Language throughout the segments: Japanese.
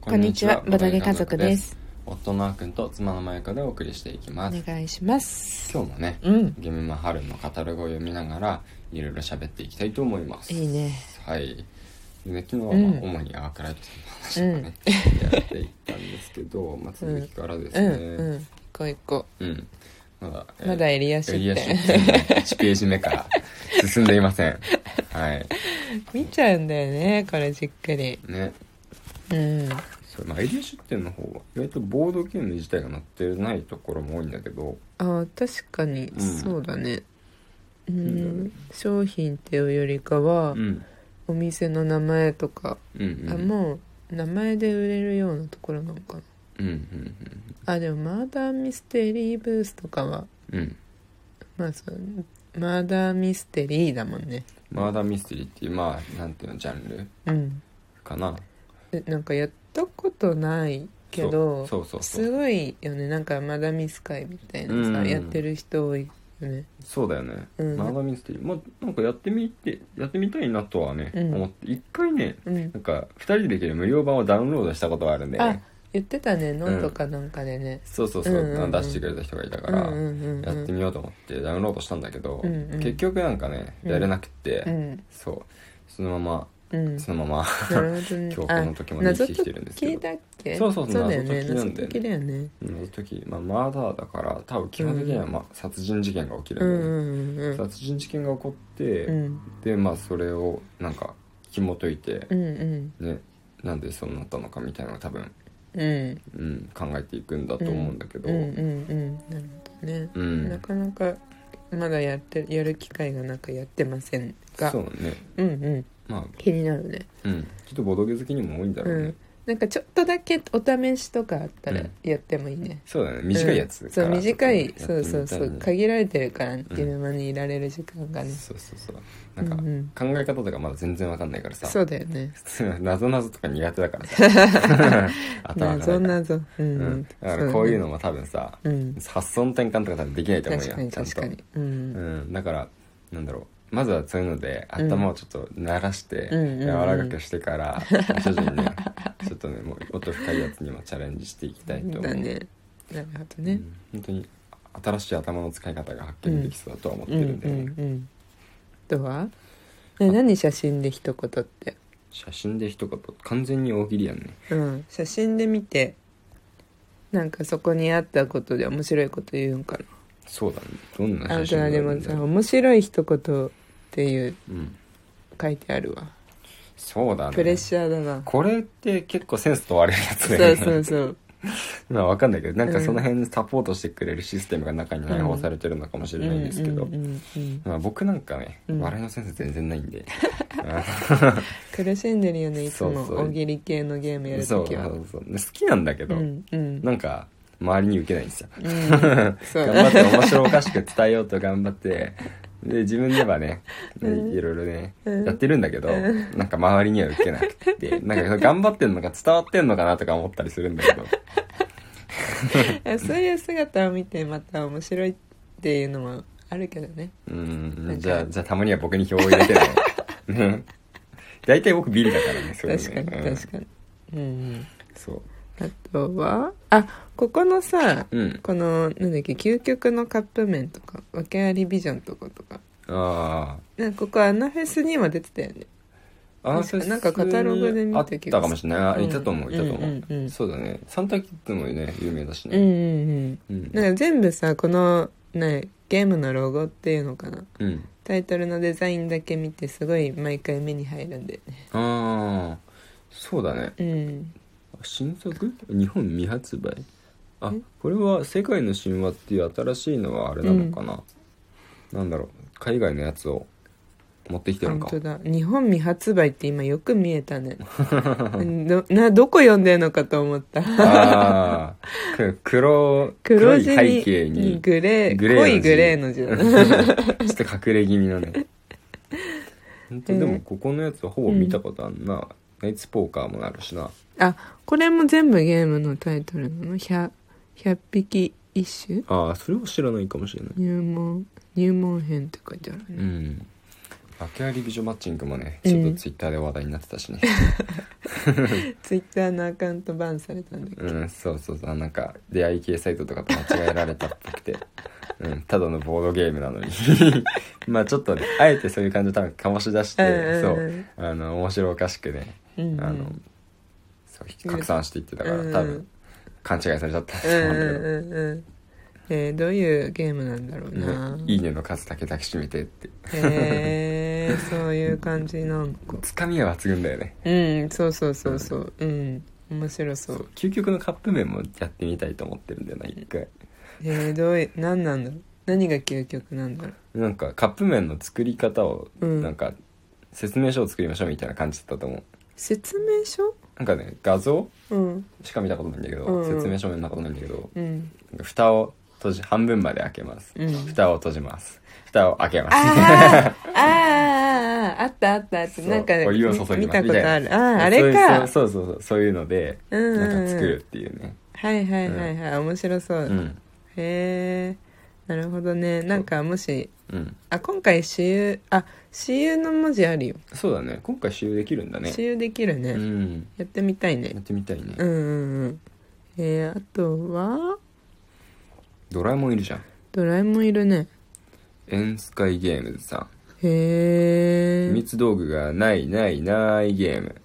こんにちは、ボドゲ家族です。 夫のあーくんと妻のまゆかでお送りしていきます。 お願いします。 今日もね、ゲムマ春のカタログを読みながらいろいろ喋っていきたいと思います。 いいね。 はい。で昨日は主にアークライトさんの話とかね、やっていったんですけど、続きからですね。 こういこう。 まだエリア出店 1ページ目から進んでいません。はい。 見ちゃうんだよね、これじっくり。 ね。そうエリア出店の方は意外とボードゲーム自体が載ってないところも多いんだけど、 確かにそうだね。商品っていうよりかは、お店の名前とか、もう名前で売れるようなところなのかな。でもマーダーミステリーブースとかは、そうマーダーミステリーだもんね。 マーダーミステリーっていうなんていうのジャンル、かな。 なんかやったことないけど、すごいよね。なんかマダミス会みたいなさ、やってる人多いよね。 そうだよね、マーダーミステリーなんかやってみたいなとはね、思って一回ね、なんか2人でできる無料版をダウンロードしたことがあるんでね。 言ってたね、ノートかなんかでね。 そう、出してくれた人がいたから、やってみようと思ってダウンロードしたんだけど、結局なんかねやれなくて、そのままなるほどね。 今日この時まで生きてきてるんですけど。 謎解きだっけ？ そうだよね。 謎謎解きだよね。 謎解き、マーダーだから多分基本的には殺人事件が起きるんだよね。殺人事件が起こって、でそれをなんか紐解いて、ね、なんでそうなったのかみたいなのを多分、考えていくんだと思うんだけど、 なるほどね。なかなかまだやる機会がなんかやってませんが、 そうね。 気になるね。 ちょっとボドゲ好きにも多いんだろうね。 なんかちょっとだけお試しとかあったらやってもいいね。 そうだね、短いやつから、短い、そう限られてるからゲームマにいられる時間がね。 なんか考え方とかまだ全然わかんないからさ。 そうだよね。 謎とか苦手だからさ。 謎。 だからこういうのも多分さ、発想の転換とか多分できないと思うよ。 確かに。 だからなんだろう。まずはそういうので頭をちょっと慣らして柔らかくしてから徐々にねちょっとねもっと深いやつにもチャレンジしていきたいと思う。 だね。なるほどね。 本当に新しい頭の使い方が発見できそうだとは思ってるんでね。 あとは何写真で一言って。 写真で一言完全に大喜利やんね。 写真で見てなんかそこにあったことで面白いこと言うんかな。 そうだね。どんな写真がでもさ面白い一言っていう、書いてあるわ。 そうだね。 プレッシャーだな。 これって結構センス問われるやつだよね。 そうわかんないけどなんかその辺サポートしてくれるシステムが中に内包されてるのかもしれないんですけど、僕なんかね、笑いのセンス全然ないんで苦しんでるよねいつも大喜利系のゲームやるときは。 好きなんだけど、なんか周りに受けないんですよ。 頑張って面白おかしく伝えようと頑張ってで自分ではね、いろいろね、やってるんだけど、なんか周りには受けなくて、なんか頑張ってんのか伝わってんのかなとか思ったりするんだけどそういう姿を見てまた面白いっていうのもあるけどね。 じゃあたまには僕に票を入れてね。大体僕ビリだからね。それね、 確かに。 そう。 あとはここのさ、このなんだっけ究極のカップ麺とか訳ありビジョンとかなんかここアナフェスにも出てたよね。なんかカタログで見た気がする。 あったかもしれない。いたと思う。そうだね。サンタキッズもね有名だしね。 なんか全部さこのねゲームのロゴっていうのかな、タイトルのデザインだけ見てすごい毎回目に入るんだよね。 そうだね。新作？日本未発売？これは世界の神話っていう新しいのはあれなのかな、なんだろう、海外のやつを持ってきてるのか。 本当だ、日本未発売って今よく見えたね。どこ読んでんのかと思った。 黒い背景に濃いグレーの字だちょっと隠れ気味のね。でもここのやつはほぼ見たことあんな。ナイツポーカーもあるしな。 これも全部ゲームのタイトルなの。100匹一首。 それは知らないかもしれない。 入門編って書いてあるね。 訳あり美女マッチングもねちょっとツイッターで話題になってたしね、 ツイッターのアカウントバンされたんだけど、 そうそうそう、なんか出会い系サイトとかと間違えられたっぽくてただのボードゲームなのにまあちょっとねあえてそういう感じで多分醸し出して、そう面白おかしくね、そう拡散していってたから多分勘違いされちゃったと思うんだけど、 どういうゲームなんだろうな、 いいねの数だけ抱きしめてって、 そういう感じなのか。 つかみが抜群だよね。 そうそうそうそう、面白そう。 究極のカップ麺もやってみたいと思ってるんだよな一回。 何なんだろう、何が究極なんだろう。なんかカップ麺の作り方をなんか説明書を作りましょうみたいな感じだったと思う。 説明書？ なんかね画像しか見たことないんだけど、説明書も読んだことないんだけど、なんか蓋を半分まで開けます、蓋を閉じます、蓋を開けますあったなんかお湯を注ぎますみたいな、 見たことある。あれか。 そういうのでなんか作るっていうね。 はい面白そう。へえ、なるほどね。なんかもし今回私有の文字あるよ。 そうだね、今回私有できるんだね。 私有できるね。やってみたいね。 やってみたいね。 あとはドラえもんいるじゃん。 ドラえもんいるね。 エンスカイゲームズさん。 へえ。 秘密道具がないゲーム。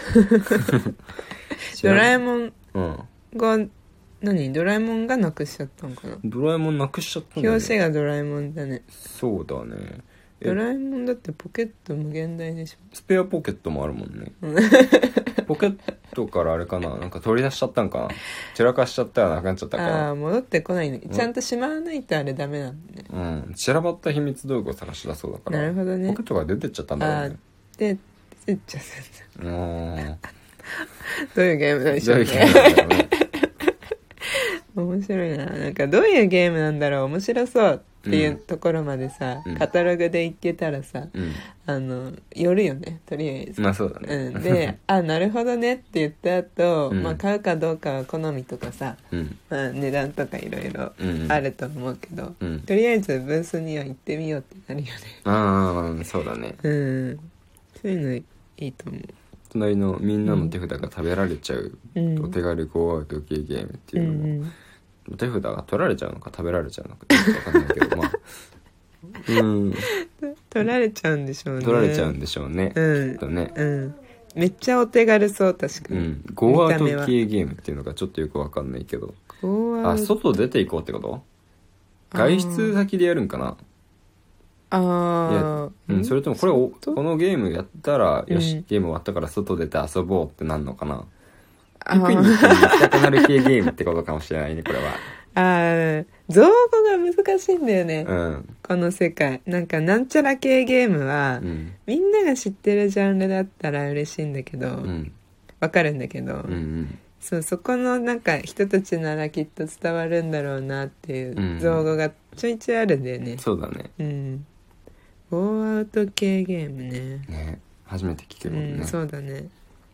ドラえもんがドラえもんがなくしちゃったのかな。 ドラえもんなくしちゃったんだね。 表紙がドラえもんだね。 そうだね。 ドラえもんだってポケット無限大でしょ。 スペアポケットもあるもんね。ポケットからあれかな、なんか取り出しちゃったんかな、散らかしちゃったらなくなっちゃったから。 戻ってこないね。ちゃんとしまわないとあれダメなんだね。 散らばった秘密道具を探し出そうだから。 なるほどね。 ポケットが出てっちゃったんだろうね。 出てっちゃったんだ。 どういうゲームなんでしょうね。面白いな。なんかどういうゲームなんだろう、面白そうっていうところまでさ、カタログでいけたらさ、寄るよね、とりあえず。 まあそうだね。 でなるほどねって言った後、買うかどうかは好みとかさ、値段とかいろいろあると思うけど、とりあえずブースには行ってみようってなるよね。そうだね。 そういうのいいと思う。 隣のみんなの手札が食べられちゃう、お手軽ゴーアウト系ゲームっていうのも、手札が取られちゃうのか食べられちゃうのか分かんないけど取られちゃうんでしょうね。 取られちゃうんでしょうね、きっとね。 めっちゃお手軽そう、確かに。 ゴーアウト系ゲームっていうのがちょっとよく分かんないけど、外出ていこうってこと？外出先でやるんかな。それともこのゲームやったらよし、ゲーム終わったから外出て遊ぼうってなんのかな。ピクニックに行きたくなる系ゲームってことかもしれないね、これは。 造語が難しいんだよね、この世界。なんかなんちゃら系ゲームは、みんなが知ってるジャンルだったら嬉しいんだけど、わかるんだけど、そこのなんか人たちならきっと伝わるんだろうなっていう造語がちょいちょいあるんだよね。 そうだね。 ゴーアウト系ゲームね。 初めて聞けるもんね。 そうだね。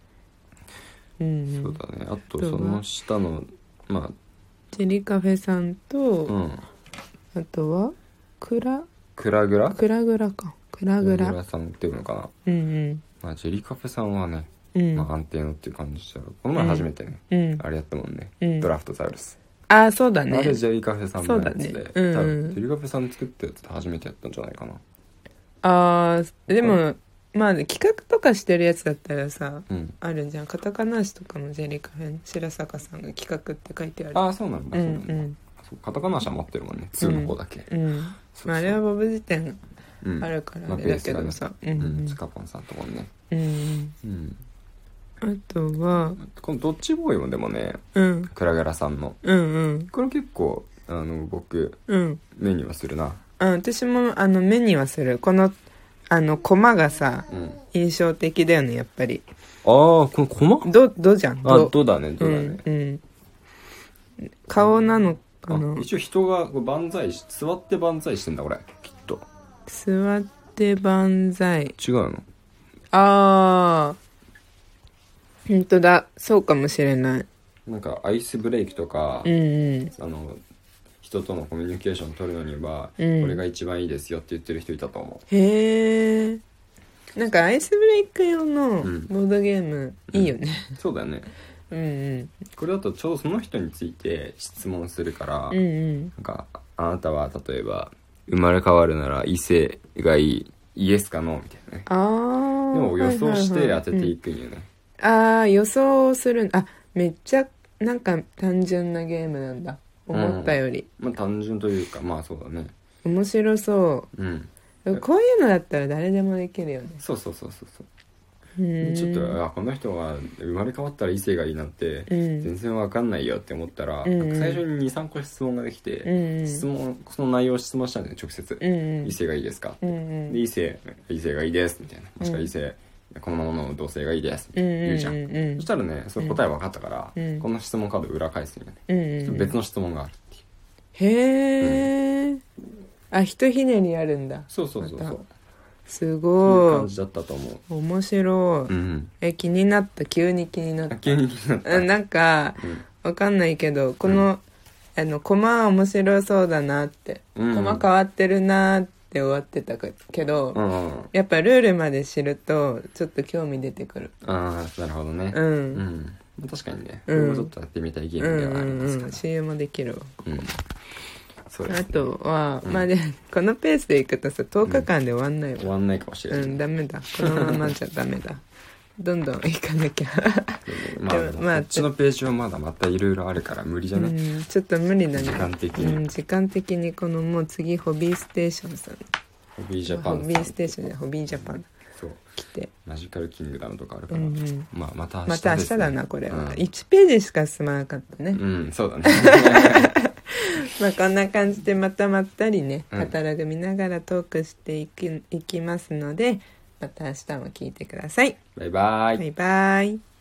そうだね。あとその下のジェリカフェさんと、あとはクラグラさんっていうのかな。ジェリカフェさんはね、安定のっていう感じだろう。この前初めてね、あれやったもんね、ドラフトザウルス。 そうだね。 あれジェリカフェさんのやつで、多分ジェリカフェさん作ったやつで初めてやったんじゃないかな。 でも企画とかしてるやつだったらさ、あるんじゃん。カタカナ足とかもジェリカフェ白坂さんが企画って書いてある。 そうなんだ。カタカナ足は持ってるもんね、2の方だけ。 あれはボブ辞典あるからあれだけどさ、 スカポンさんともね。 あとはこのドッジボーイもでもね、クラゲラさんのこれ結構僕目にはするな。 私も目にはする。このコマがさ、印象的だよね、やっぱり。 このコマドじゃん。 ドだね。 顔なのかな。 一応人が座って万歳してんだ、これきっと。 座って万歳。 違うの？ 本当だ、そうかもしれない。 なんかアイスブレイクとか、人とのコミュニケーションを取るのには、これが一番いいですよって言ってる人いたと思う。 へえ。 なんかアイスブレイク用のボードゲームいいよね、 そうだよね。これだとちょうどその人について質問するから、なんかあなたは例えば生まれ変わるなら異性がいい、イエスかノーみたいなね。でも予想して当てていくんよね。 予想する。めっちゃなんか単純なゲームなんだ、思ったより。 まあ単純というか、まあそうだね。 面白そう。こういうのだったら誰でもできるよね。 そうちょっとこの人が生まれ変わったら異性がいいなんて全然わかんないよって思ったら、なんか最初に 2,3 個質問ができて、その内容を質問したんだよね、直接。異性がいいですかって、で異性がいいですみたいな、もしくは異性このままの同性がいいですみたいな言うじゃん。そしたらね、その答え分かったから、この質問カード裏返すんよね。別の質問があるっていう。 へえ、ひとひねりあるんだ。 そうすごい。 いい感じだったと思う。 面白い。気になった。急に気になった。なんか、わかんないけど、この、コマ面白そうだなって、コマ変わってるなって終わってたけど、やっぱルールまで知るとちょっと興味出てくる。 なるほどね。確かにね、これもちょっとやってみたいゲームではありますから。 CM もできるわ。あとは、でこのペースでいくとさ、10日間で終わんないわ。 終わんないかもしれない。 ダメだ、このままじゃダメだ。どんどん行かなきゃ。こっちのページはまたいろいろあるから無理じゃない？ ちょっと無理だね。 時間的にこのもう次ホビーステーションさん、 ホビージャパン、 ホビーステーションでホビージャパン来て、 マジカルキングダムとかあるから、また明日だな、これは。1ページしか進まなかったね。 そうだね。 こんな感じでまったりね、カタログ見ながらトークしていきますので、また明日も聞いてください。 バイバイ。 バイバイ。